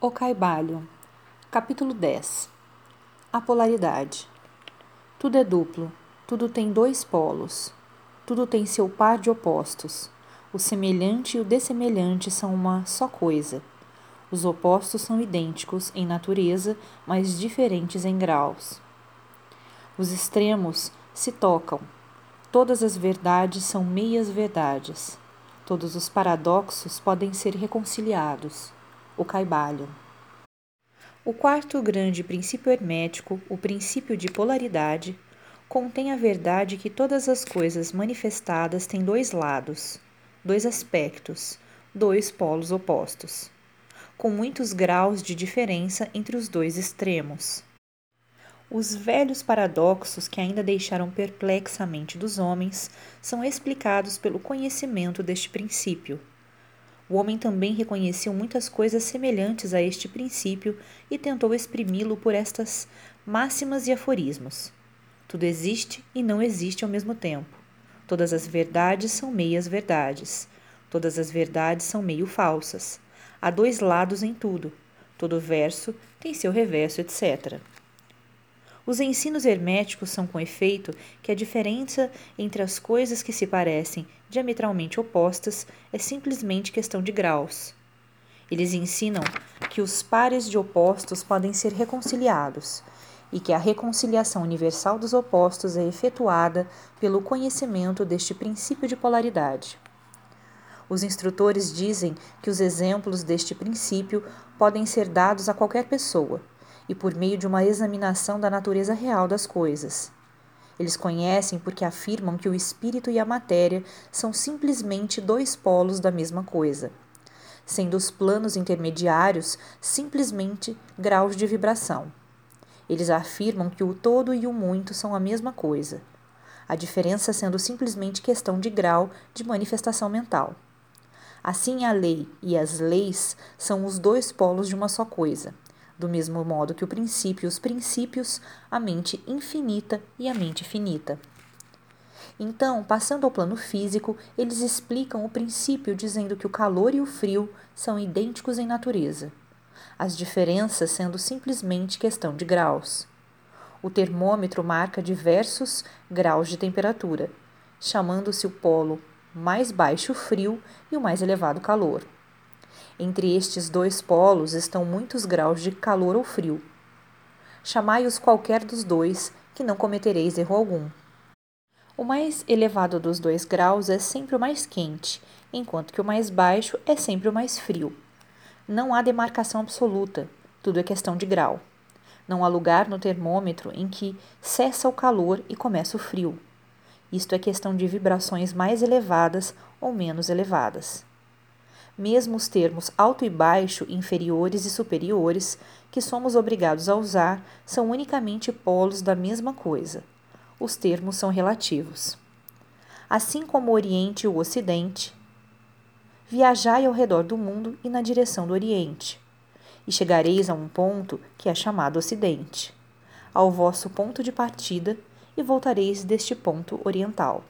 O Caibalho, capítulo 10. A polaridade. Tudo é duplo, tudo tem dois polos, tudo tem seu par de opostos. O semelhante e o dessemelhante são uma só coisa. Os opostos são idênticos em natureza, mas diferentes em graus. Os extremos se tocam. Todas as verdades são meias-verdades. Todos os paradoxos podem ser reconciliados. O Caibalho. O quarto grande princípio hermético, o princípio de polaridade, contém a verdade que todas as coisas manifestadas têm dois lados, dois aspectos, dois polos opostos, com muitos graus de diferença entre os dois extremos. Os velhos paradoxos que ainda deixaram perplexa a mente dos homens são explicados pelo conhecimento deste princípio. O homem também reconheceu muitas coisas semelhantes a este princípio e tentou exprimi-lo por estas máximas e aforismos. Tudo existe e não existe ao mesmo tempo. Todas as verdades são meias verdades. Todas as verdades são meio falsas. Há dois lados em tudo. Todo verso tem seu reverso, etc. Os ensinos herméticos são, com efeito, que a diferença entre as coisas que se parecem diametralmente opostas é simplesmente questão de graus. Eles ensinam que os pares de opostos podem ser reconciliados e que a reconciliação universal dos opostos é efetuada pelo conhecimento deste princípio de polaridade. Os instrutores dizem que os exemplos deste princípio podem ser dados a qualquer pessoa e por meio de uma examinação da natureza real das coisas. Eles conhecem porque afirmam que o espírito e a matéria são simplesmente dois polos da mesma coisa, sendo os planos intermediários simplesmente graus de vibração. Eles afirmam que o todo e o muito são a mesma coisa, a diferença sendo simplesmente questão de grau de manifestação mental. Assim, a lei e as leis são os dois polos de uma só coisa, do mesmo modo que o princípio e os princípios, a mente infinita e a mente finita. Então, passando ao plano físico, eles explicam o princípio dizendo que o calor e o frio são idênticos em natureza, as diferenças sendo simplesmente questão de graus. O termômetro marca diversos graus de temperatura, chamando-se o polo mais baixo frio e o mais elevado calor. Entre estes dois polos estão muitos graus de calor ou frio. Chamai-os qualquer dos dois, que não cometereis erro algum. O mais elevado dos dois graus é sempre o mais quente, enquanto que o mais baixo é sempre o mais frio. Não há demarcação absoluta, tudo é questão de grau. Não há lugar no termômetro em que cessa o calor e começa o frio. Isto é questão de vibrações mais elevadas ou menos elevadas. Mesmo os termos alto e baixo, inferiores e superiores, que somos obrigados a usar, são unicamente polos da mesma coisa. Os termos são relativos. Assim como o Oriente e o Ocidente, viajai ao redor do mundo e na direção do Oriente, e chegareis a um ponto que é chamado Ocidente, ao vosso ponto de partida, e voltareis deste ponto oriental.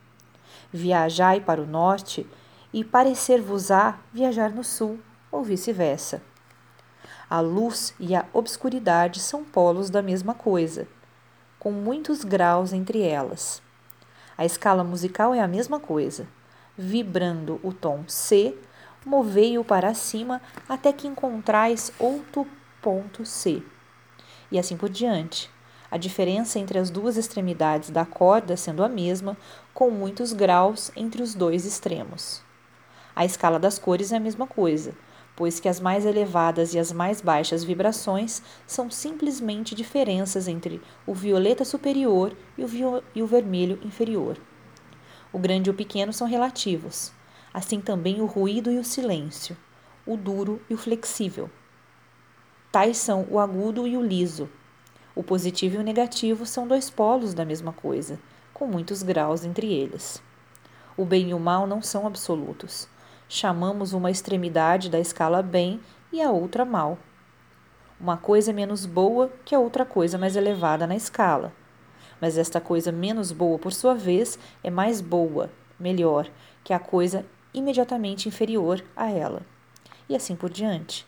Viajai para o norte, e parecer-vos-á viajar no sul, ou vice-versa. A luz e a obscuridade são polos da mesma coisa, com muitos graus entre elas. A escala musical é a mesma coisa. Vibrando o tom C, movei-o para cima até que encontrais outro ponto C. E assim por diante. A diferença entre as duas extremidades da corda sendo a mesma, com muitos graus entre os dois extremos. A escala das cores é a mesma coisa, pois que as mais elevadas e as mais baixas vibrações são simplesmente diferenças entre o violeta superior e o vermelho inferior. O grande e o pequeno são relativos, assim também o ruído e o silêncio, o duro e o flexível. Tais são o agudo e o liso. O positivo e o negativo são dois polos da mesma coisa, com muitos graus entre eles. O bem e o mal não são absolutos. Chamamos uma extremidade da escala bem e a outra mal. Uma coisa é menos boa que a outra coisa mais elevada na escala. Mas esta coisa menos boa, por sua vez, é mais boa, melhor, que a coisa imediatamente inferior a ela. E assim por diante.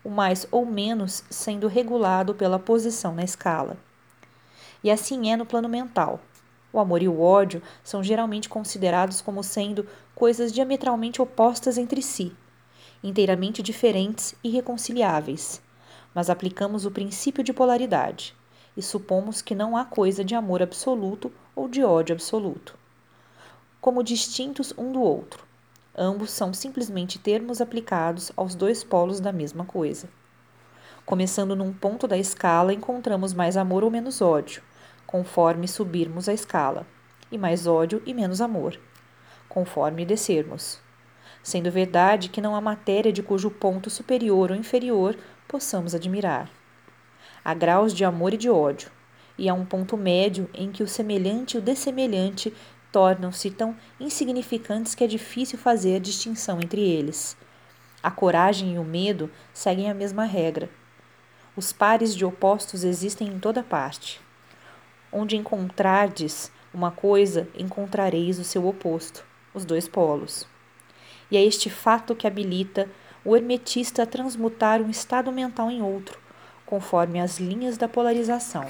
o mais ou menos sendo regulado pela posição na escala. E assim é no plano mental. O amor e o ódio são geralmente considerados como sendo coisas diametralmente opostas entre si, inteiramente diferentes e irreconciliáveis, mas aplicamos o princípio de polaridade e supomos que não há coisa de amor absoluto ou de ódio absoluto, como distintos um do outro. Ambos são simplesmente termos aplicados aos dois polos da mesma coisa. Começando num ponto da escala, encontramos mais amor ou menos ódio, conforme subirmos a escala, e mais ódio e menos amor, conforme descermos. Sendo verdade que não há matéria de cujo ponto superior ou inferior possamos admirar. Há graus de amor e de ódio, e há um ponto médio em que o semelhante e o dessemelhante tornam-se tão insignificantes que é difícil fazer a distinção entre eles. A coragem e o medo seguem a mesma regra. Os pares de opostos existem em toda parte. Onde encontrardes uma coisa, encontrareis o seu oposto, os dois polos. E é este fato que habilita o hermetista a transmutar um estado mental em outro, conforme as linhas da polarização.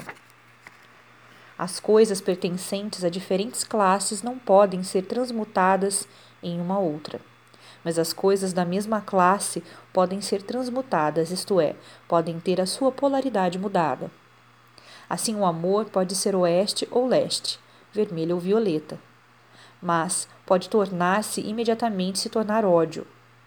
As coisas pertencentes a diferentes classes não podem ser transmutadas em uma outra. Mas as coisas da mesma classe podem ser transmutadas, isto é, podem ter a sua polaridade mudada. Assim, o amor pode ser oeste ou leste, vermelho ou violeta, mas pode tornar-se imediatamente se tornar ódio.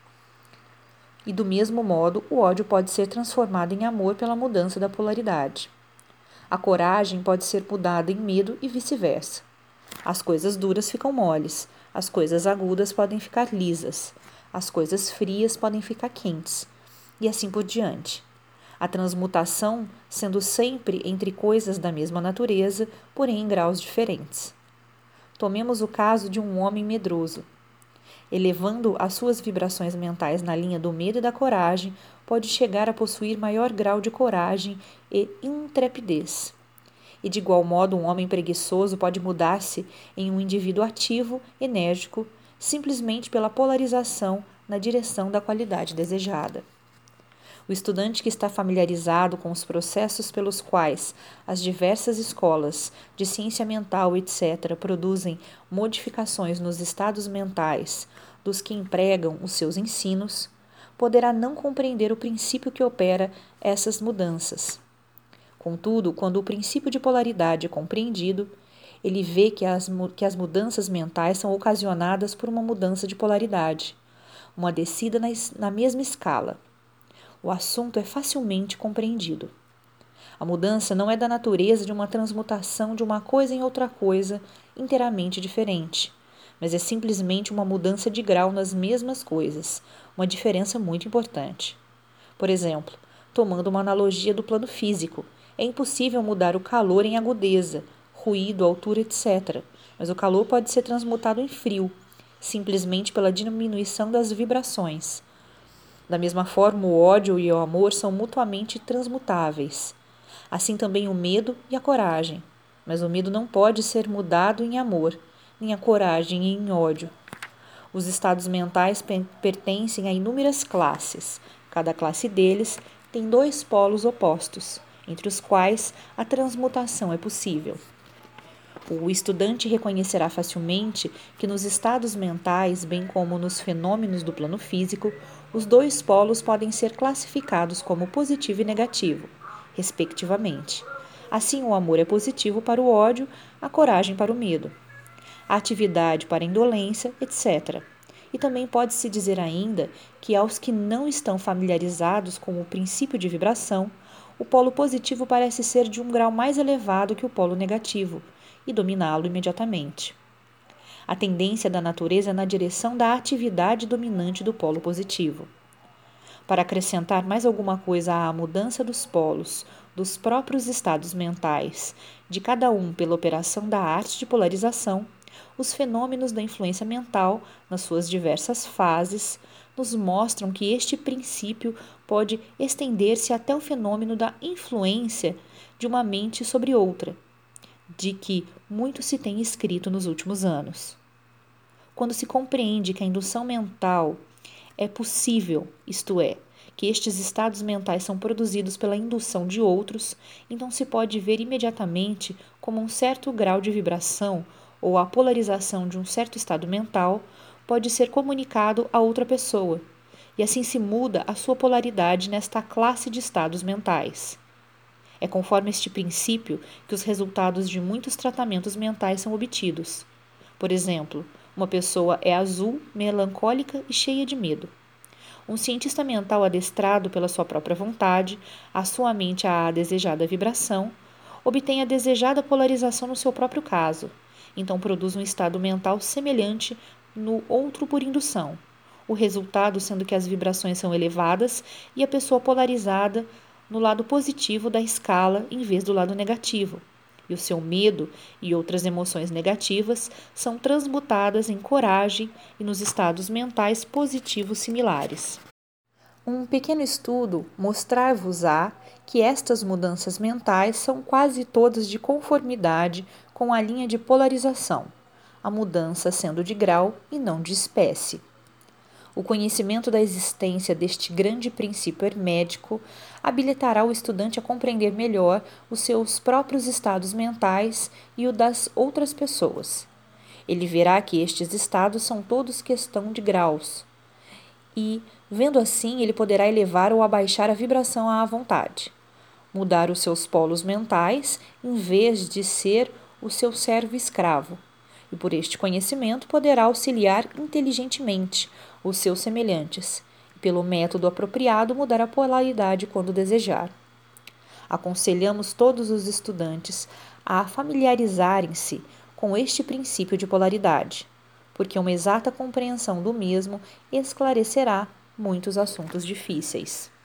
E do mesmo modo, o ódio pode ser transformado em amor pela mudança da polaridade. A coragem pode ser mudada em medo e vice-versa. As coisas duras ficam moles, as coisas agudas podem ficar lisas, as coisas frias podem ficar quentes, e assim por diante. A transmutação sendo sempre entre coisas da mesma natureza, porém em graus diferentes. Tomemos o caso de um homem medroso. Elevando as suas vibrações mentais na linha do medo e da coragem, pode chegar a possuir maior grau de coragem e intrepidez. E de igual modo, um homem preguiçoso pode mudar-se em um indivíduo ativo, enérgico, simplesmente pela polarização na direção da qualidade desejada. O estudante que está familiarizado com os processos pelos quais as diversas escolas de ciência mental, etc., produzem modificações nos estados mentais dos que empregam os seus ensinos, poderá não compreender o princípio que opera essas mudanças. Contudo, quando o princípio de polaridade é compreendido, ele vê que as mudanças mentais são ocasionadas por uma mudança de polaridade, uma descida na mesma escala. O assunto é facilmente compreendido. A mudança não é da natureza de uma transmutação de uma coisa em outra coisa inteiramente diferente, mas é simplesmente uma mudança de grau nas mesmas coisas, uma diferença muito importante. Por exemplo, tomando uma analogia do plano físico, é impossível mudar o calor em agudeza, ruído, altura, etc., mas o calor pode ser transmutado em frio, simplesmente pela diminuição das vibrações. Da mesma forma, o ódio e o amor são mutuamente transmutáveis. Assim também o medo e a coragem. Mas o medo não pode ser mudado em amor, nem a coragem em ódio. Os estados mentais pertencem a inúmeras classes. Cada classe deles tem dois polos opostos, entre os quais a transmutação é possível. O estudante reconhecerá facilmente que nos estados mentais, bem como nos fenômenos do plano físico, os dois polos podem ser classificados como positivo e negativo, respectivamente. Assim, o amor é positivo para o ódio, a coragem para o medo, a atividade para a indolência, etc. E também pode-se dizer ainda que aos que não estão familiarizados com o princípio de vibração, o polo positivo parece ser de um grau mais elevado que o polo negativo, e dominá-lo imediatamente. A tendência da natureza é na direção da atividade dominante do polo positivo. Para acrescentar mais alguma coisa à mudança dos polos, dos próprios estados mentais, de cada um pela operação da arte de polarização, os fenômenos da influência mental, nas suas diversas fases, nos mostram que este princípio pode estender-se até o fenômeno da influência de uma mente sobre outra, de que muito se tem escrito nos últimos anos. Quando se compreende que a indução mental é possível, isto é, que estes estados mentais são produzidos pela indução de outros, então se pode ver imediatamente como um certo grau de vibração ou a polarização de um certo estado mental pode ser comunicado a outra pessoa, e assim se muda a sua polaridade nesta classe de estados mentais. É conforme este princípio que os resultados de muitos tratamentos mentais são obtidos. Por exemplo, uma pessoa é azul, melancólica e cheia de medo. Um cientista mental adestrado pela sua própria vontade, a sua mente à desejada vibração, obtém a desejada polarização no seu próprio caso, então produz um estado mental semelhante no outro por indução, o resultado sendo que as vibrações são elevadas e a pessoa polarizada no lado positivo da escala em vez do lado negativo, e o seu medo e outras emoções negativas são transmutadas em coragem e nos estados mentais positivos similares. Um pequeno estudo mostrar-vos-á que estas mudanças mentais são quase todas de conformidade com a linha de polarização, a mudança sendo de grau e não de espécie. O conhecimento da existência deste grande princípio hermético habilitará o estudante a compreender melhor os seus próprios estados mentais e o das outras pessoas. Ele verá que estes estados são todos questão de graus e, vendo assim, ele poderá elevar ou abaixar a vibração à vontade, mudar os seus polos mentais em vez de ser o seu servo escravo, e por este conhecimento poderá auxiliar inteligentemente os seus semelhantes, e pelo método apropriado mudar a polaridade quando desejar. Aconselhamos todos os estudantes a familiarizarem-se com este princípio de polaridade, porque uma exata compreensão do mesmo esclarecerá muitos assuntos difíceis.